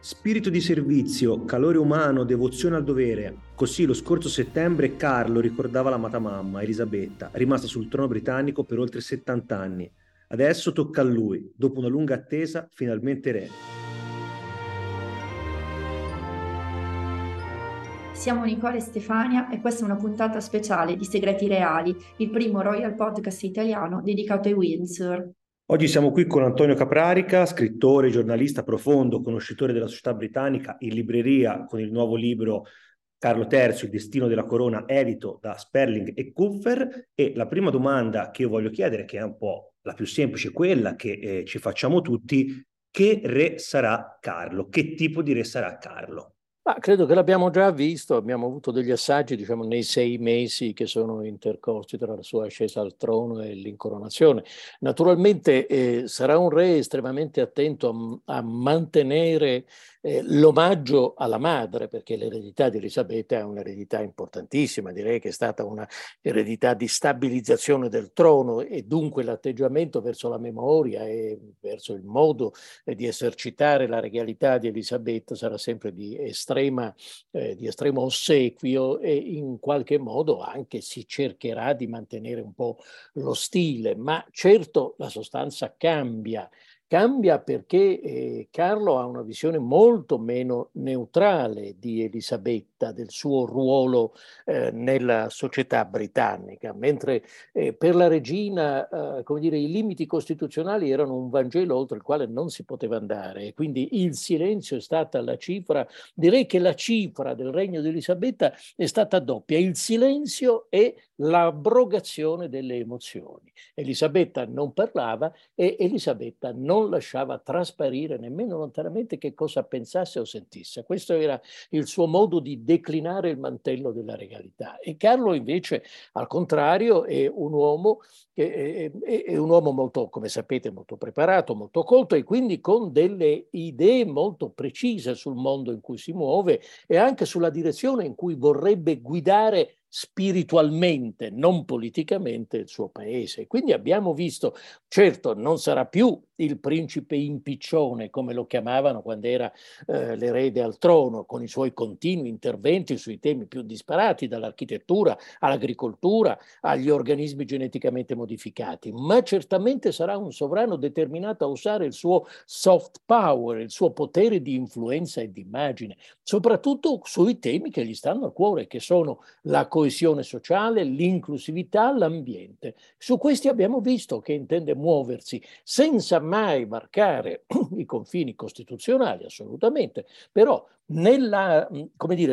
Spirito di servizio, calore umano, devozione al dovere. Così lo scorso settembre Carlo ricordava l'amata mamma, Elisabetta, rimasta sul trono britannico per oltre 70 anni. Adesso tocca a lui, dopo una lunga attesa, finalmente re. Siamo Nicola e Stefania e questa è una puntata speciale di Segreti Reali, il primo Royal Podcast italiano dedicato ai Windsor. Oggi siamo qui con Antonio Caprarica, scrittore, giornalista profondo, conoscitore della società britannica, in libreria con il nuovo libro Carlo III, Il destino della corona, edito da Sperling e Kupfer. E la prima domanda che io voglio chiedere, che è un po' la più semplice, quella che ci facciamo tutti: che re sarà Carlo? Che tipo di re sarà Carlo? Ma credo che l'abbiamo già visto, abbiamo avuto degli assaggi, diciamo, nei 6 mesi che sono intercorsi tra la sua ascesa al trono e l'incoronazione. Naturalmente sarà un re estremamente attento a mantenere l'omaggio alla madre, perché l'eredità di Elisabetta è un'eredità importantissima, direi che è stata una eredità di stabilizzazione del trono, e dunque l'atteggiamento verso la memoria e verso il modo di esercitare la regalità di Elisabetta sarà sempre di estremo ossequio, e in qualche modo anche si cercherà di mantenere un po' lo stile, ma certo la sostanza cambia. Cambia perché Carlo ha una visione molto meno neutrale di Elisabetta, del suo ruolo nella società britannica, mentre per la regina, come dire, i limiti costituzionali erano un Vangelo oltre il quale non si poteva andare, e quindi il silenzio è stata la cifra. Direi che la cifra del regno di Elisabetta è stata doppia: il silenzio e l'abrogazione delle emozioni. Elisabetta non parlava e Elisabetta non lasciava trasparire nemmeno lontanamente che cosa pensasse o sentisse. Questo era il suo modo di declinare il mantello della regalità. E Carlo invece, al contrario, è un uomo è un uomo molto, come sapete, molto preparato, molto colto, e quindi con delle idee molto precise sul mondo in cui si muove e anche sulla direzione in cui vorrebbe guidare spiritualmente, non politicamente, il suo paese. Quindi abbiamo visto, certo, non sarà più il principe impiccione, come lo chiamavano quando era l'erede al trono, con i suoi continui interventi sui temi più disparati, dall'architettura all'agricoltura, agli organismi geneticamente modificati, ma certamente sarà un sovrano determinato a usare il suo soft power, il suo potere di influenza e di immagine, soprattutto sui temi che gli stanno a cuore, che sono la coesione sociale, l'inclusività, l'ambiente. Su questi abbiamo visto che intende muoversi senza mai marcare i confini costituzionali, assolutamente, però come dire,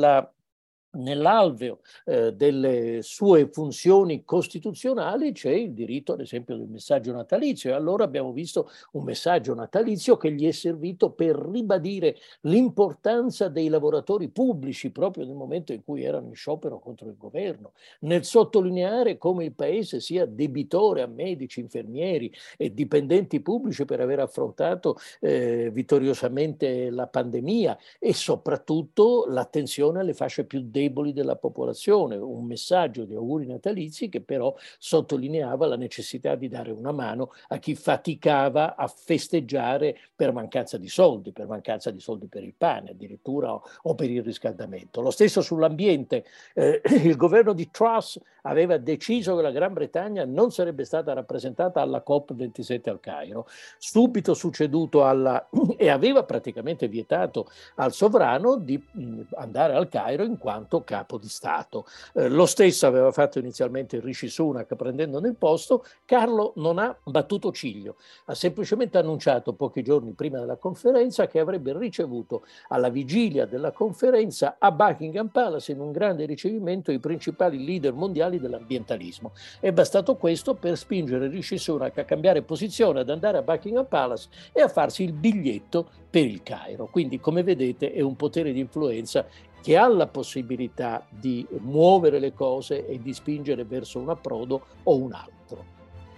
nell'alveo delle sue funzioni costituzionali c'è il diritto, ad esempio, del messaggio natalizio, e allora abbiamo visto un messaggio natalizio che gli è servito per ribadire l'importanza dei lavoratori pubblici proprio nel momento in cui erano in sciopero contro il governo, nel sottolineare come il paese sia debitore a medici, infermieri e dipendenti pubblici per aver affrontato vittoriosamente la pandemia, e soprattutto l'attenzione alle fasce più deboli della popolazione, un messaggio di auguri natalizi che però sottolineava la necessità di dare una mano a chi faticava a festeggiare per mancanza di soldi per il pane addirittura, o per il riscaldamento. Lo stesso sull'ambiente. Il governo di Truss aveva deciso che la Gran Bretagna non sarebbe stata rappresentata alla COP27 al Cairo, subito succeduto e aveva praticamente vietato al sovrano di andare al Cairo in quanto capo di Stato. Lo stesso aveva fatto inizialmente Rishi Sunak prendendone il posto. Carlo non ha battuto ciglio, ha semplicemente annunciato pochi giorni prima della conferenza che avrebbe ricevuto alla vigilia della conferenza a Buckingham Palace, in un grande ricevimento, i principali leader mondiali dell'ambientalismo. È bastato questo per spingere Rishi Sunak a cambiare posizione, ad andare a Buckingham Palace e a farsi il biglietto per il Cairo. Quindi, come vedete, è un potere di influenza che ha la possibilità di muovere le cose e di spingere verso un approdo o un altro.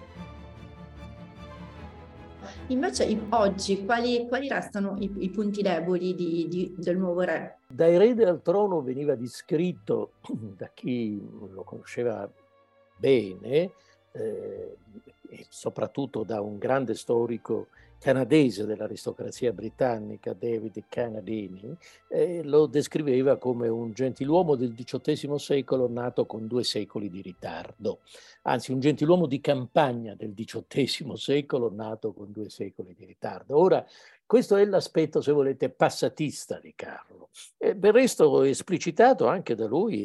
Invece oggi quali restano i punti deboli del nuovo re? Da erede al trono veniva descritto, da chi lo conosceva bene, e soprattutto da un grande storico canadese dell'aristocrazia britannica, David Carradine, lo descriveva come un gentiluomo del XVIII secolo nato con 2 secoli di ritardo, anzi un gentiluomo di campagna del XVIII secolo nato con 2 secoli di ritardo. Ora, questo è l'aspetto, se volete, passatista di Carlo. Per resto esplicitato anche da lui,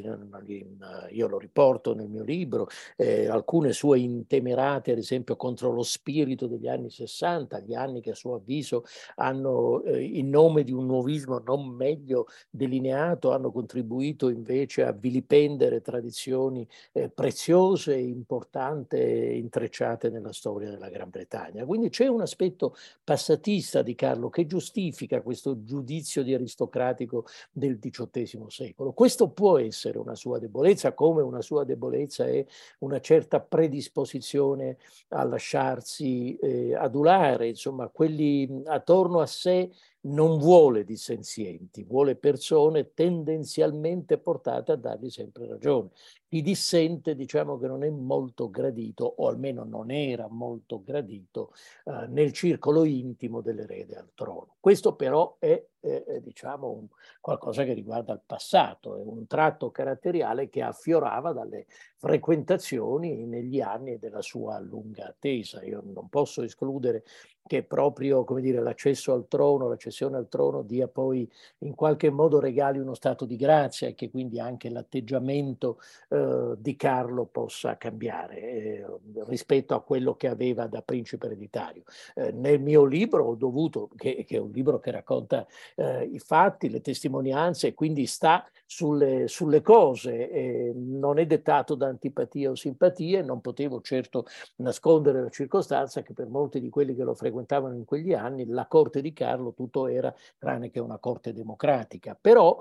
io lo riporto nel mio libro, alcune sue intemerate, ad esempio, contro lo spirito degli anni 60, gli anni che a suo avviso hanno, in nome di un nuovismo non meglio delineato, hanno contribuito invece a vilipendere tradizioni preziose e importanti intrecciate nella storia della Gran Bretagna. Quindi c'è un aspetto passatista di Carlo che giustifica questo giudizio di aristocratico del XVIII secolo. Questo può essere una sua debolezza, come una sua debolezza è una certa predisposizione a lasciarsi adulare, insomma, quelli attorno a sé non vuole dissenzienti, vuole persone tendenzialmente portate a dargli sempre ragione. Chi dissente, diciamo che non è molto gradito, o almeno non era molto gradito nel circolo intimo dell'erede al trono. Questo però è diciamo qualcosa che riguarda il passato, è un tratto caratteriale che affiorava dalle frequentazioni negli anni della sua lunga attesa. Io non posso escludere che proprio, come dire, l'accesso al trono, l'accessione al trono dia poi in qualche modo regali uno stato di grazia e che quindi anche l'atteggiamento di Carlo possa cambiare rispetto a quello che aveva da principe ereditario. Nel mio libro ho dovuto, che è un libro che racconta i fatti, le testimonianze, e quindi sta sulle cose, non è dettato da antipatie o simpatie, non potevo certo nascondere la circostanza che per molti di quelli che lo frequentavano in quegli anni la corte di Carlo tutto era tranne che una corte democratica, però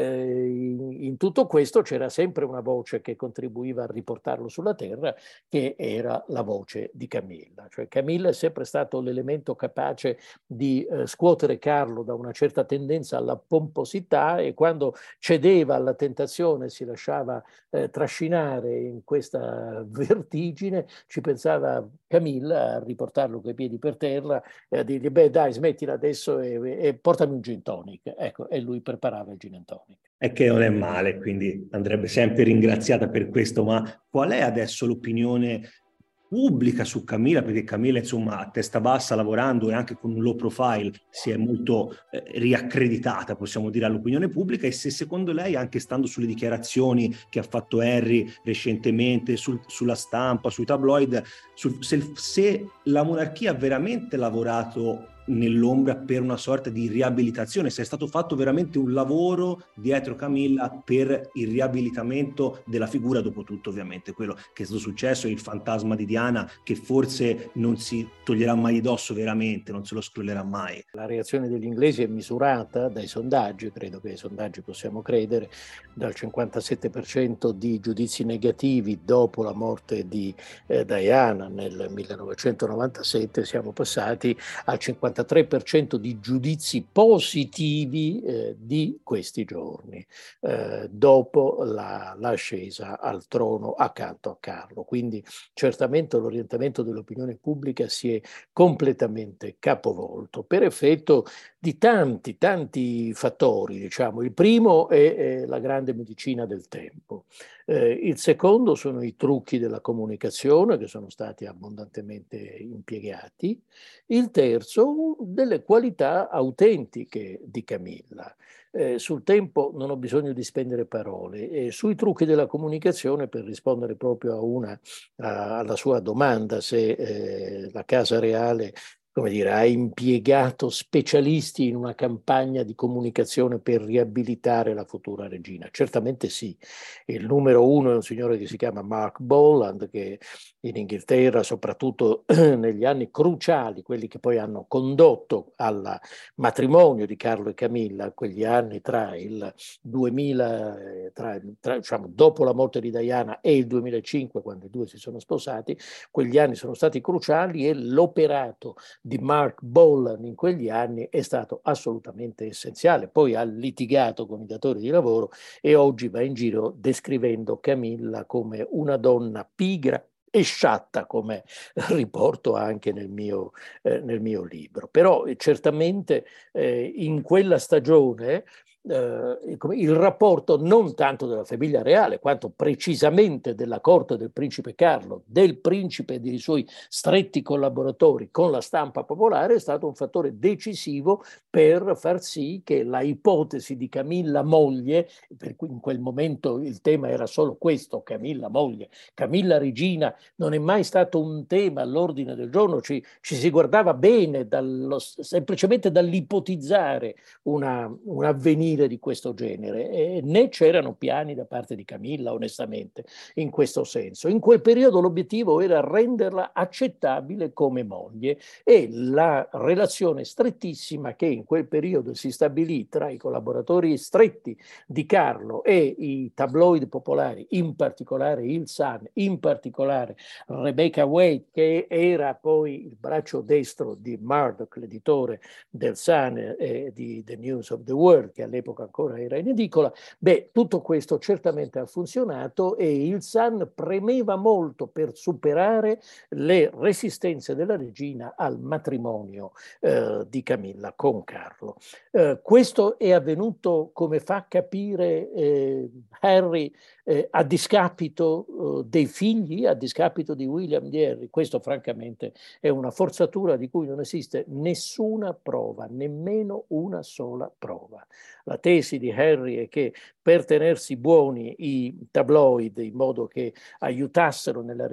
in tutto questo c'era sempre una voce che contribuiva a riportarlo sulla terra, che era la voce di Camilla. Cioè Camilla è sempre stato l'elemento capace di scuotere Carlo da una certa tendenza alla pomposità, e quando cedeva alla tentazione, si lasciava trascinare in questa vertigine, ci pensava Camilla a riportarlo coi piedi per terra e a dirgli: beh dai, smettila adesso e portami un gin tonic. Ecco, e lui preparava il gin and tonic. È che non è male, quindi andrebbe sempre ringraziata per questo, ma qual è adesso l'opinione pubblica su Camilla? Perché Camilla, insomma, a testa bassa, lavorando e anche con un low profile, si è molto riaccreditata, possiamo dire, all'opinione pubblica, e se secondo lei, anche stando sulle dichiarazioni che ha fatto Harry recentemente sulla stampa, sui tabloid, se la monarchia ha veramente lavorato nell'ombra per una sorta di riabilitazione, se è stato fatto veramente un lavoro dietro Camilla per il riabilitamento della figura. Dopo tutto, ovviamente, quello che è stato successo è il fantasma di Diana, che forse non si toglierà mai di dosso veramente, non se lo scrollerà mai. La reazione degli inglesi è misurata dai sondaggi, credo che ai sondaggi possiamo credere, dal 57% di giudizi negativi dopo la morte di Diana nel 1997, siamo passati al 53% di giudizi positivi di questi giorni, dopo l'ascesa al trono accanto a Carlo. Quindi certamente l'orientamento dell'opinione pubblica si è completamente capovolto per effetto di tanti fattori, diciamo. Il primo è la grande medicina del tempo. Il secondo sono i trucchi della comunicazione, che sono stati abbondantemente impiegati. Il terzo, delle qualità autentiche di Camilla. Sul tempo non ho bisogno di spendere parole. Sui trucchi della comunicazione, per rispondere proprio alla sua domanda, se la Casa Reale, come dire, ha impiegato specialisti in una campagna di comunicazione per riabilitare la futura regina. Certamente sì. Il numero uno è un signore che si chiama Mark Bolland, che in Inghilterra, soprattutto negli anni cruciali, quelli che poi hanno condotto al matrimonio di Carlo e Camilla, quegli anni tra il 2000, diciamo, dopo la morte di Diana, e il 2005, quando i due si sono sposati, quegli anni sono stati cruciali, e l'operato di Mark Bolan in quegli anni è stato assolutamente essenziale. Poi ha litigato con i datori di lavoro e oggi va in giro descrivendo Camilla come una donna pigra e sciatta, come riporto anche nel mio libro. Però certamente in quella stagione il rapporto non tanto della famiglia reale quanto precisamente della corte del principe Carlo, del principe e dei suoi stretti collaboratori con la stampa popolare è stato un fattore decisivo per far sì che la ipotesi di Camilla moglie, per cui in quel momento il tema era solo questo, Camilla moglie, Camilla regina, non è mai stato un tema all'ordine del giorno, ci si guardava bene semplicemente dall'ipotizzare un avvenire di questo genere, e né c'erano piani da parte di Camilla, onestamente, in questo senso. In quel periodo l'obiettivo era renderla accettabile come moglie, e la relazione strettissima che in quel periodo si stabilì tra i collaboratori stretti di Carlo e i tabloid popolari, in particolare il Sun, in particolare Rebecca Wade, che era poi il braccio destro di Murdoch, l'editore del Sun e di The News of the World, che all'epoca ancora era in edicola. Beh, tutto questo certamente ha funzionato, e il Sun premeva molto per superare le resistenze della regina al matrimonio di Camilla con Carlo. Questo è avvenuto, come fa capire Harry, a discapito dei figli, a discapito di William di Henry. Questo francamente è una forzatura di cui non esiste nessuna prova, nemmeno una sola prova. La tesi di Harry è che per tenersi buoni i tabloid, in modo che aiutassero nella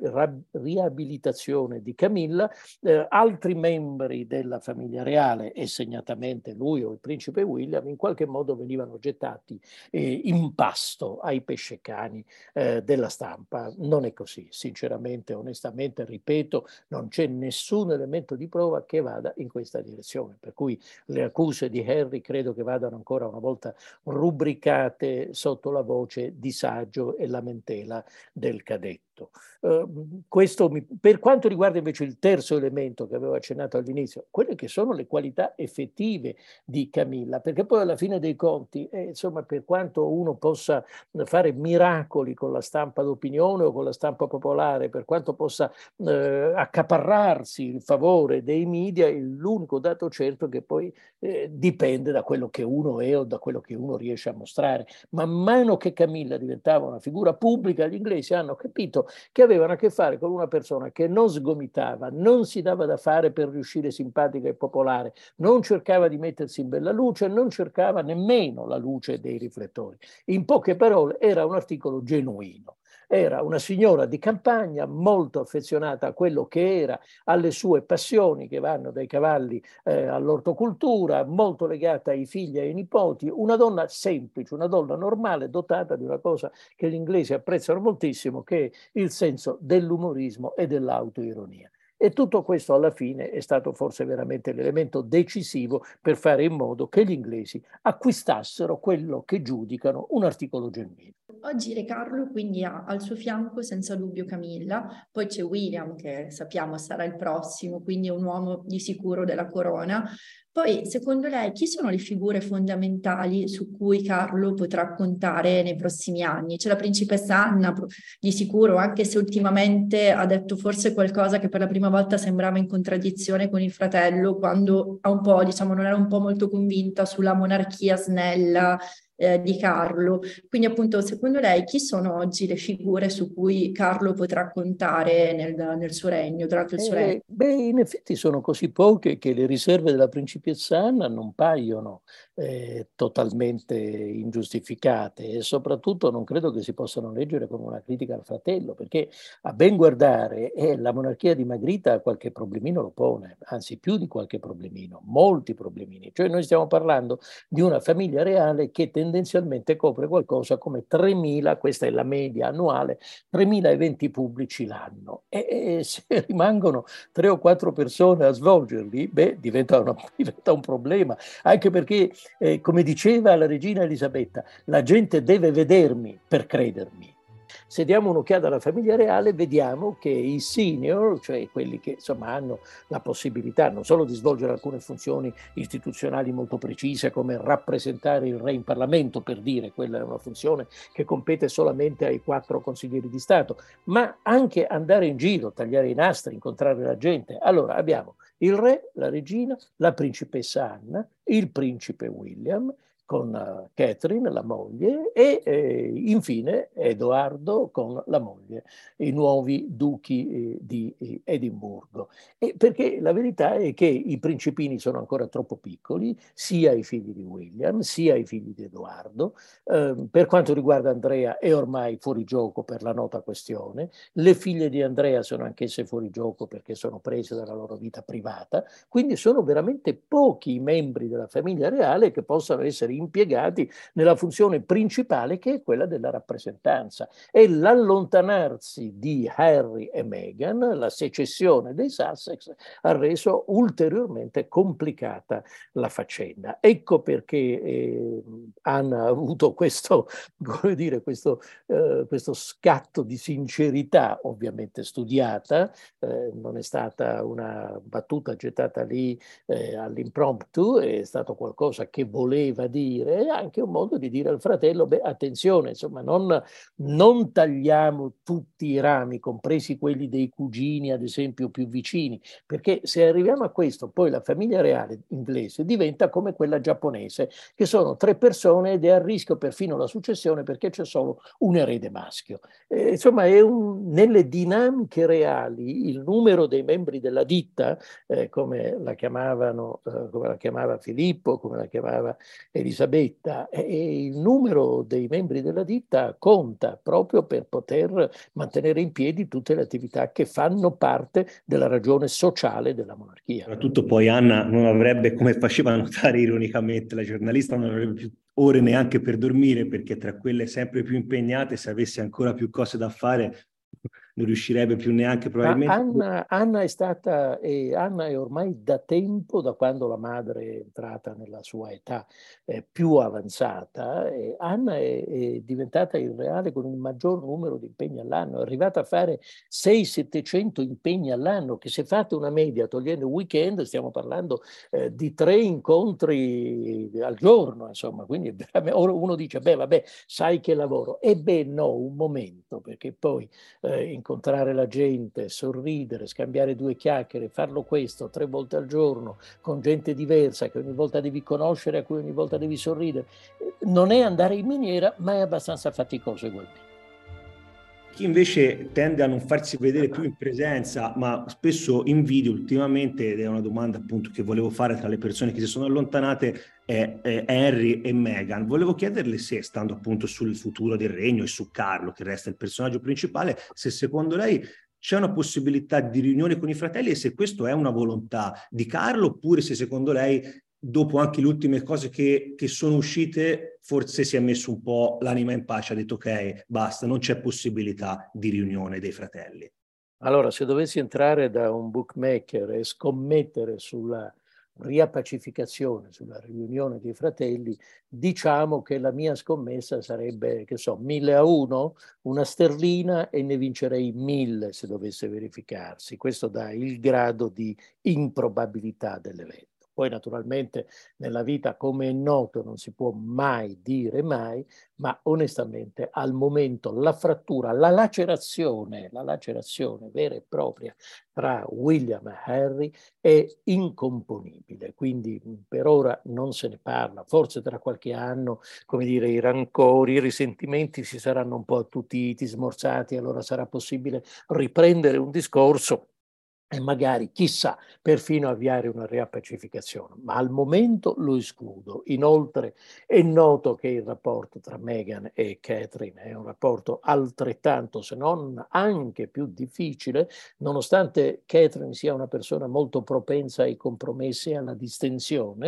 riabilitazione di Camilla, altri membri della famiglia reale, e segnatamente lui o il principe William, in qualche modo venivano gettati in pasto ai pescecani della stampa. Non è così, sinceramente, onestamente, ripeto, non c'è nessun elemento di prova che vada in questa direzione, per cui le accuse di Harry credo che vadano ancora una volta rubricate sotto la voce disagio e lamentela del cadetto. Per quanto riguarda invece il terzo elemento che avevo accennato all'inizio, quelle che sono le qualità effettive di Camilla, perché poi alla fine dei conti, insomma, per quanto uno possa fare miracoli con la stampa d'opinione o con la stampa popolare, per quanto possa accaparrarsi il favore dei media, l'unico dato certo è che poi dipende da quello che uno è o da quello che uno riesce a mostrare. Man mano che Camilla diventava una figura pubblica, gli inglesi hanno capito che avevano a che fare con una persona che non sgomitava, non si dava da fare per riuscire simpatica e popolare, non cercava di mettersi in bella luce, non cercava nemmeno la luce dei riflettori. In poche parole, era un articolo genuino. Era una signora di campagna molto affezionata a quello che era, alle sue passioni che vanno dai cavalli all'ortocultura, molto legata ai figli e ai nipoti, una donna semplice, una donna normale, dotata di una cosa che gli inglesi apprezzano moltissimo, che è il senso dell'umorismo e dell'autoironia. E tutto questo alla fine è stato forse veramente l'elemento decisivo per fare in modo che gli inglesi acquistassero quello che giudicano un articolo genuino. Oggi Re Carlo quindi ha al suo fianco senza dubbio Camilla, poi c'è William che sappiamo sarà il prossimo, quindi è un uomo di sicuro della corona. Poi, secondo lei, chi sono le figure fondamentali su cui Carlo potrà contare nei prossimi anni? C'è la principessa Anna, di sicuro, anche se ultimamente ha detto forse qualcosa che per la prima volta sembrava in contraddizione con il fratello, quando ha un po', diciamo, non era un po' molto convinta sulla monarchia snella di Carlo. Quindi appunto, secondo lei, chi sono oggi le figure su cui Carlo potrà contare nel suo regno, durante il suo regno? Beh, in effetti sono così poche che le riserve della principessa Anna non paiono totalmente ingiustificate, e soprattutto non credo che si possano leggere come una critica al fratello, perché a ben guardare la monarchia di Margherita qualche problemino lo pone, anzi più di qualche problemino, molti problemini. Cioè noi stiamo parlando di una famiglia reale che tendenzialmente copre qualcosa come 3.000, questa è la media annuale, 3.000 eventi pubblici l'anno, e se rimangono 3 o 4 persone a svolgerli, beh, diventa un problema, anche perché, come diceva la regina Elisabetta, la gente deve vedermi per credermi. Se diamo un'occhiata alla famiglia reale, vediamo che i senior, cioè quelli che insomma hanno la possibilità non solo di svolgere alcune funzioni istituzionali molto precise, come rappresentare il re in Parlamento, per dire, quella è una funzione che compete solamente ai 4 consiglieri di Stato, ma anche andare in giro, tagliare i nastri, incontrare la gente. Allora abbiamo il re, la regina, la principessa Anna, il principe William, con Catherine, la moglie, e infine Edoardo con la moglie, i nuovi duchi di Edimburgo. Perché la verità è che i principini sono ancora troppo piccoli, sia i figli di William, sia i figli di Edoardo. Per quanto riguarda Andrea è ormai fuori gioco per la nota questione. Le figlie di Andrea sono anch'esse fuori gioco perché sono prese dalla loro vita privata, quindi sono veramente pochi i membri della famiglia reale che possano essere impiegati nella funzione principale, che è quella della rappresentanza. E l'allontanarsi di Harry e Meghan, la secessione dei Sussex, ha reso ulteriormente complicata la faccenda. Ecco perché Anna ha avuto questo, come dire, questo scatto di sincerità, ovviamente studiata, non è stata una battuta gettata lì all'impromptu, è stato qualcosa che voleva dire, e anche un modo di dire al fratello, beh, attenzione, insomma, non tagliamo tutti i rami, compresi quelli dei cugini, ad esempio, più vicini, perché se arriviamo a questo, poi la famiglia reale inglese diventa come quella giapponese, che sono 3 persone ed è a rischio perfino la successione perché c'è solo un erede maschio. Insomma, nelle dinamiche reali il numero dei membri della ditta, come la chiamava Filippo, come la chiamava Elisabetta, e il numero dei membri della ditta conta proprio per poter mantenere in piedi tutte le attività che fanno parte della ragione sociale della monarchia. Soprattutto poi Anna non avrebbe, come faceva notare ironicamente la giornalista, non avrebbe più ore neanche per dormire, perché tra quelle sempre più impegnate, se avesse ancora più cose da fare, non riuscirebbe più neanche probabilmente. Anna è ormai da tempo, da quando la madre è entrata nella sua età più avanzata, Anna è diventata il reale con il maggior numero di impegni all'anno, è arrivata a fare 600-700 impegni all'anno, che se fate una media, togliendo il weekend, stiamo parlando di 3 incontri al giorno, insomma, quindi uno dice, beh, vabbè, sai che lavoro. E beh, no, un momento, perché poi incontrare la gente, sorridere, scambiare 2 chiacchiere, farlo questo 3 volte al giorno con gente diversa che ogni volta devi conoscere, a cui ogni volta devi sorridere, non è andare in miniera, ma è abbastanza faticoso ugualmente. Chi invece tende a non farsi vedere più in presenza, ma spesso in video ultimamente, ed è una domanda appunto che volevo fare tra le persone che si sono allontanate, è Harry e Meghan. Volevo chiederle se, stando appunto sul futuro del regno e su Carlo, che resta il personaggio principale, se secondo lei c'è una possibilità di riunione con i fratelli e se questo è una volontà di Carlo, oppure se secondo lei, dopo anche le ultime cose che sono uscite, forse si è messo un po' l'anima in pace, ha detto ok, basta, non c'è possibilità di riunione dei fratelli. Allora, se dovessi entrare da un bookmaker e scommettere sulla riappacificazione, sulla riunione dei fratelli, diciamo che la mia scommessa sarebbe, che so, 1000-1, una sterlina, e ne vincerei 1000 se dovesse verificarsi. Questo dà il grado di improbabilità dell'evento. Poi naturalmente nella vita, come è noto, non si può mai dire mai, ma onestamente al momento la frattura, la lacerazione vera e propria tra William e Harry è incomponibile, quindi per ora non se ne parla. Forse tra qualche anno, come dire, i rancori, i risentimenti si saranno un po' attutiti, smorzati, allora sarà possibile riprendere un discorso e magari, chissà, perfino avviare una riappacificazione, ma al momento lo escludo. Inoltre è noto che il rapporto tra Meghan e Catherine è un rapporto altrettanto, se non anche più difficile, nonostante Catherine sia una persona molto propensa ai compromessi e alla distensione.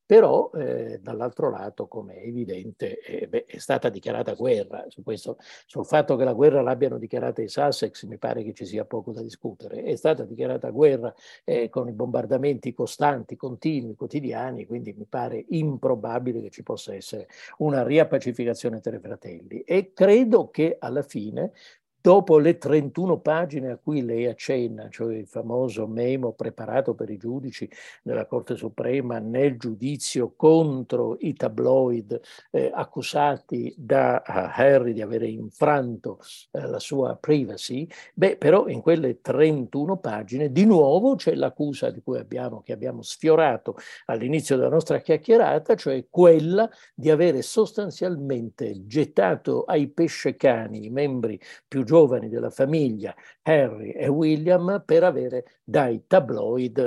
Però dall'altro lato, come è evidente, è stata dichiarata guerra. Sul fatto che la guerra l'abbiano dichiarata i Sussex mi pare che ci sia poco da discutere. È stata dichiarata guerra con i bombardamenti costanti, continui, quotidiani, quindi mi pare improbabile che ci possa essere una riappacificazione tra i fratelli. E credo che alla fine, dopo le 31 pagine a cui lei accenna, cioè il famoso memo preparato per i giudici della Corte Suprema nel giudizio contro i tabloid accusati da Harry di avere infranto la sua privacy, però in quelle 31 pagine di nuovo c'è l'accusa che abbiamo sfiorato all'inizio della nostra chiacchierata, cioè quella di avere sostanzialmente gettato ai pescecani i membri più giovani della famiglia, Harry e William, per avere dai tabloid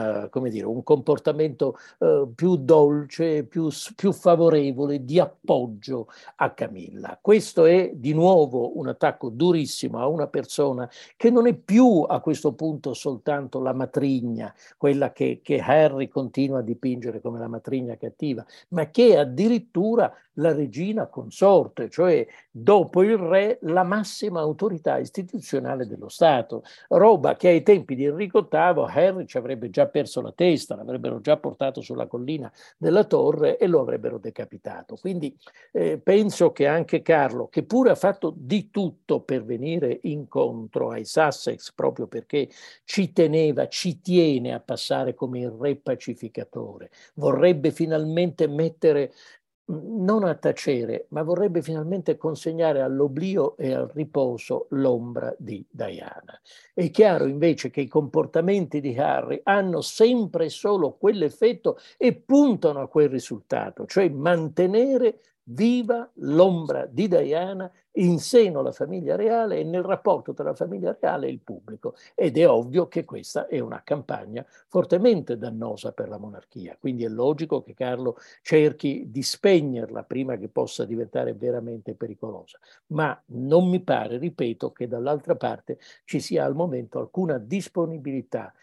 un comportamento più dolce, più favorevole, di appoggio a Camilla. Questo è di nuovo un attacco durissimo a una persona che non è più a questo punto soltanto la matrigna, quella che Harry continua a dipingere come la matrigna cattiva, ma che è addirittura la regina consorte, cioè dopo il re la massima autorità istituzionale dello Stato, roba che ai tempi di Enrico VIII Harry ci avrebbe già perso la testa, l'avrebbero già portato sulla collina della torre e lo avrebbero decapitato. Quindi penso che anche Carlo, che pure ha fatto di tutto per venire incontro ai Sussex, proprio perché ci tiene a passare come il re pacificatore, vorrebbe finalmente mettere, non a tacere, ma vorrebbe finalmente consegnare all'oblio e al riposo l'ombra di Diana. È chiaro invece che i comportamenti di Harry hanno sempre e solo quell'effetto e puntano a quel risultato, cioè mantenere viva l'ombra di Diana in seno alla famiglia reale e nel rapporto tra la famiglia reale e il pubblico. Ed è ovvio che questa è una campagna fortemente dannosa per la monarchia. Quindi è logico che Carlo cerchi di spegnerla prima che possa diventare veramente pericolosa. Ma non mi pare, ripeto, che dall'altra parte ci sia al momento alcuna disponibilità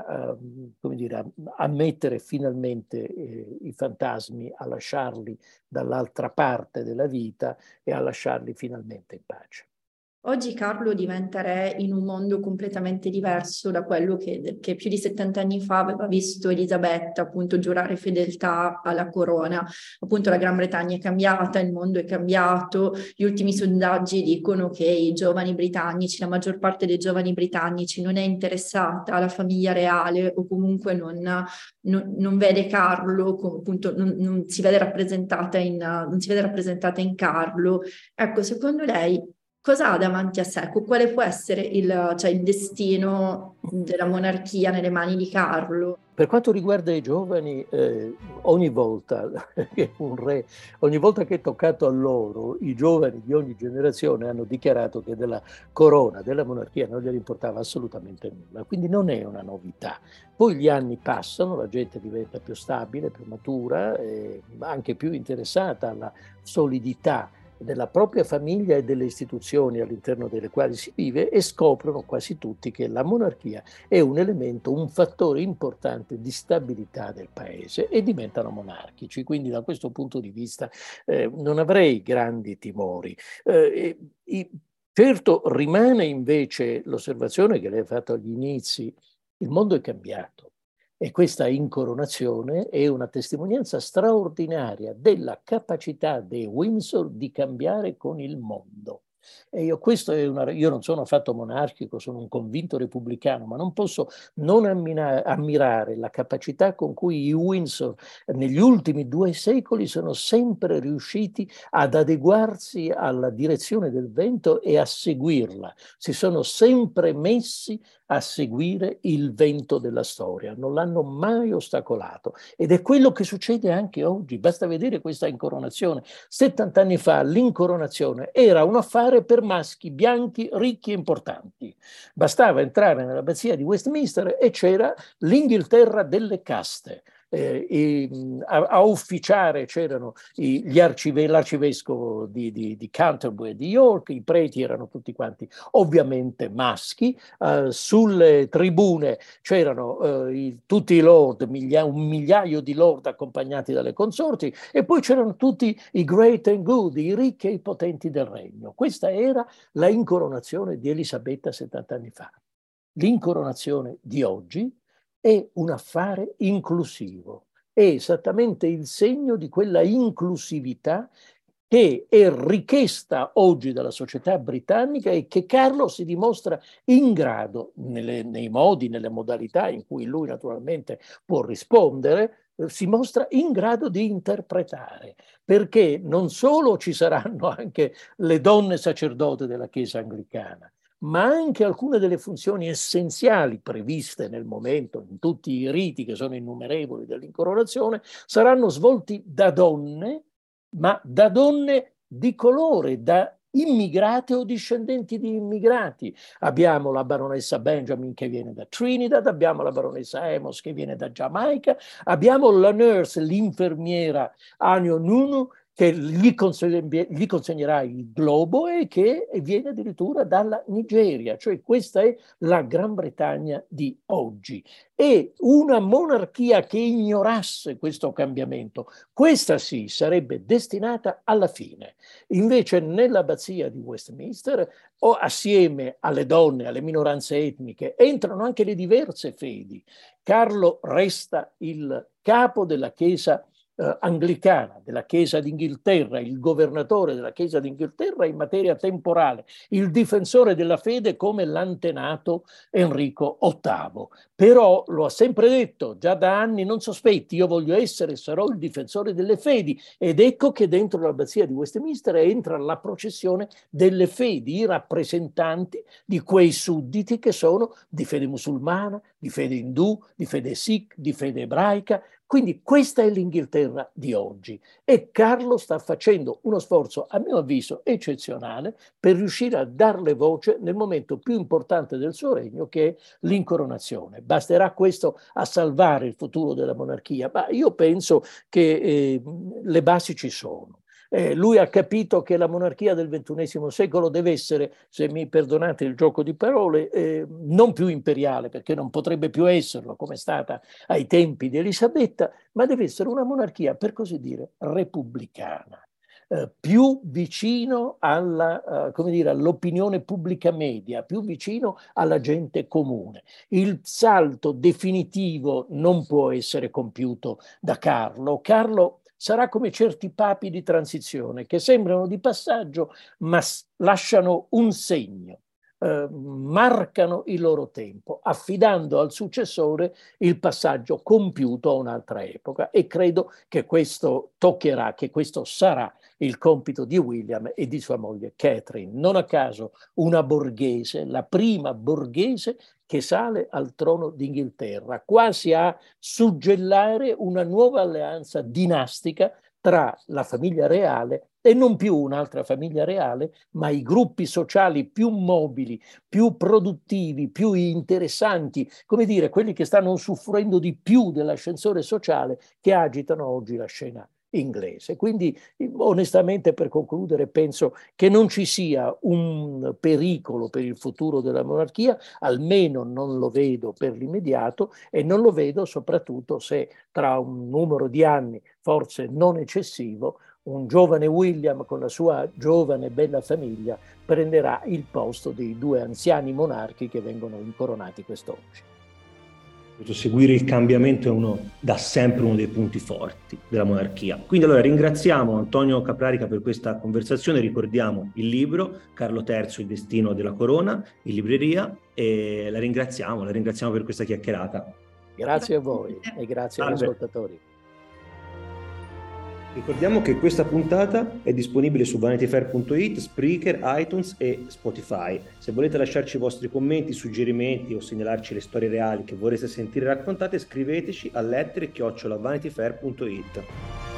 a mettere finalmente i fantasmi, a lasciarli dall'altra parte della vita e a lasciarli finalmente in pace. Oggi Carlo diventa re in un mondo completamente diverso da quello che più di 70 anni fa aveva visto Elisabetta appunto giurare fedeltà alla corona. Appunto la Gran Bretagna è cambiata, il mondo è cambiato, gli ultimi sondaggi dicono che i giovani britannici, la maggior parte dei giovani britannici non è interessata alla famiglia reale o comunque non vede Carlo, appunto non si vede rappresentata in Carlo. Ecco, secondo lei cosa ha davanti a sé? Quale può essere il destino della monarchia nelle mani di Carlo? Per quanto riguarda i giovani, ogni volta che un re, ogni volta che è toccato a loro, i giovani di ogni generazione hanno dichiarato che della corona, della monarchia non gli importava assolutamente nulla. Quindi non è una novità. Poi gli anni passano, la gente diventa più stabile, più matura, anche più interessata alla solidità della propria famiglia e delle istituzioni all'interno delle quali si vive, e scoprono quasi tutti che la monarchia è un elemento, un fattore importante di stabilità del paese, e diventano monarchici. Quindi da questo punto di vista non avrei grandi timori. Certo, rimane invece l'osservazione che lei ha fatto agli inizi: il mondo è cambiato. E questa incoronazione è una testimonianza straordinaria della capacità dei Windsor di cambiare con il mondo. E io non sono affatto monarchico, sono un convinto repubblicano, ma non posso non ammirare la capacità con cui i Windsor negli ultimi 2 secoli sono sempre riusciti ad adeguarsi alla direzione del vento e a seguirla. Si sono sempre messi a seguire il vento della storia, non l'hanno mai ostacolato, ed è quello che succede anche oggi. Basta vedere questa incoronazione. 70 anni fa l'incoronazione era un affare per maschi bianchi, ricchi e importanti. Bastava entrare nell'abbazia di Westminster e c'era l'Inghilterra delle caste. a ufficiare c'erano l'arcivescovo di Canterbury e di York, i preti erano tutti quanti ovviamente maschi, sulle tribune c'erano tutti i lord, un migliaio di lord accompagnati dalle consorti, e poi c'erano tutti i great and good, i ricchi e i potenti del regno. Questa era la incoronazione di Elisabetta 70 anni fa. L'incoronazione di oggi è un affare inclusivo, è esattamente il segno di quella inclusività che è richiesta oggi dalla società britannica e che Carlo si dimostra in grado, nei modi, nelle modalità in cui lui naturalmente può rispondere, si mostra in grado di interpretare, perché non solo ci saranno anche le donne sacerdote della Chiesa anglicana, ma anche alcune delle funzioni essenziali previste nel momento in tutti i riti che sono innumerevoli dell'incoronazione saranno svolti da donne, ma da donne di colore, da immigrate o discendenti di immigrati. Abbiamo la baronessa Benjamin che viene da Trinidad, abbiamo la baronessa Amos che viene da Giamaica, abbiamo la nurse, l'infermiera Anio Nunu, che gli consegnerà il globo e che viene addirittura dalla Nigeria, cioè questa è la Gran Bretagna di oggi. E una monarchia che ignorasse questo cambiamento, questa sì, sarebbe destinata alla fine. Invece nell'abbazia di Westminster, o assieme alle donne, alle minoranze etniche, entrano anche le diverse fedi. Carlo resta il capo della Chiesa anglicana, della Chiesa d'Inghilterra, il governatore della Chiesa d'Inghilterra in materia temporale, il difensore della fede come l'antenato Enrico VIII. Però lo ha sempre detto, già da anni, non sospetti, io voglio essere, sarò il difensore delle fedi. Ed ecco che dentro l'abbazia di Westminster entra la processione delle fedi, i rappresentanti di quei sudditi che sono di fede musulmana, di fede indù, di fede sikh, di fede ebraica. Quindi questa è l'Inghilterra di oggi e Carlo sta facendo uno sforzo, a mio avviso, eccezionale per riuscire a darle voce nel momento più importante del suo regno, che è l'incoronazione. Basterà questo a salvare il futuro della monarchia? Ma io penso che le basi ci sono. Lui ha capito che la monarchia del XXI secolo deve essere, se mi perdonate il gioco di parole, non più imperiale, perché non potrebbe più esserlo come è stata ai tempi di Elisabetta, ma deve essere una monarchia, per così dire, repubblicana. Più vicino come dire, all'opinione pubblica media, più vicino alla gente comune. Il salto definitivo non può essere compiuto da Carlo. Carlo sarà come certi papi di transizione che sembrano di passaggio ma lasciano un segno, marcano il loro tempo, affidando al successore il passaggio compiuto a un'altra epoca, e credo che questo toccherà, che questo sarà il compito di William e di sua moglie Catherine. Non a caso una borghese, la prima borghese che sale al trono d'Inghilterra, quasi a suggellare una nuova alleanza dinastica tra la famiglia reale e non più un'altra famiglia reale, ma i gruppi sociali più mobili, più produttivi, più interessanti, come dire, quelli che stanno usufruendo di più dell'ascensore sociale che agitano oggi la scena inglese. Quindi onestamente, per concludere, penso che non ci sia un pericolo per il futuro della monarchia, almeno non lo vedo per l'immediato, e non lo vedo soprattutto se tra un numero di anni, forse non eccessivo, un giovane William con la sua giovane e bella famiglia prenderà il posto dei due anziani monarchi che vengono incoronati quest'oggi. Seguire il cambiamento è da sempre uno dei punti forti della monarchia. Quindi allora ringraziamo Antonio Caprarica per questa conversazione, ricordiamo il libro Carlo III, il destino della corona, in libreria, e la ringraziamo per questa chiacchierata. Grazie a voi e grazie agli ascoltatori. Ricordiamo che questa puntata è disponibile su vanityfair.it, Spreaker, iTunes e Spotify. Se volete lasciarci i vostri commenti, suggerimenti o segnalarci le storie reali che vorreste sentire raccontate, scriveteci a lettere@vanityfair.it.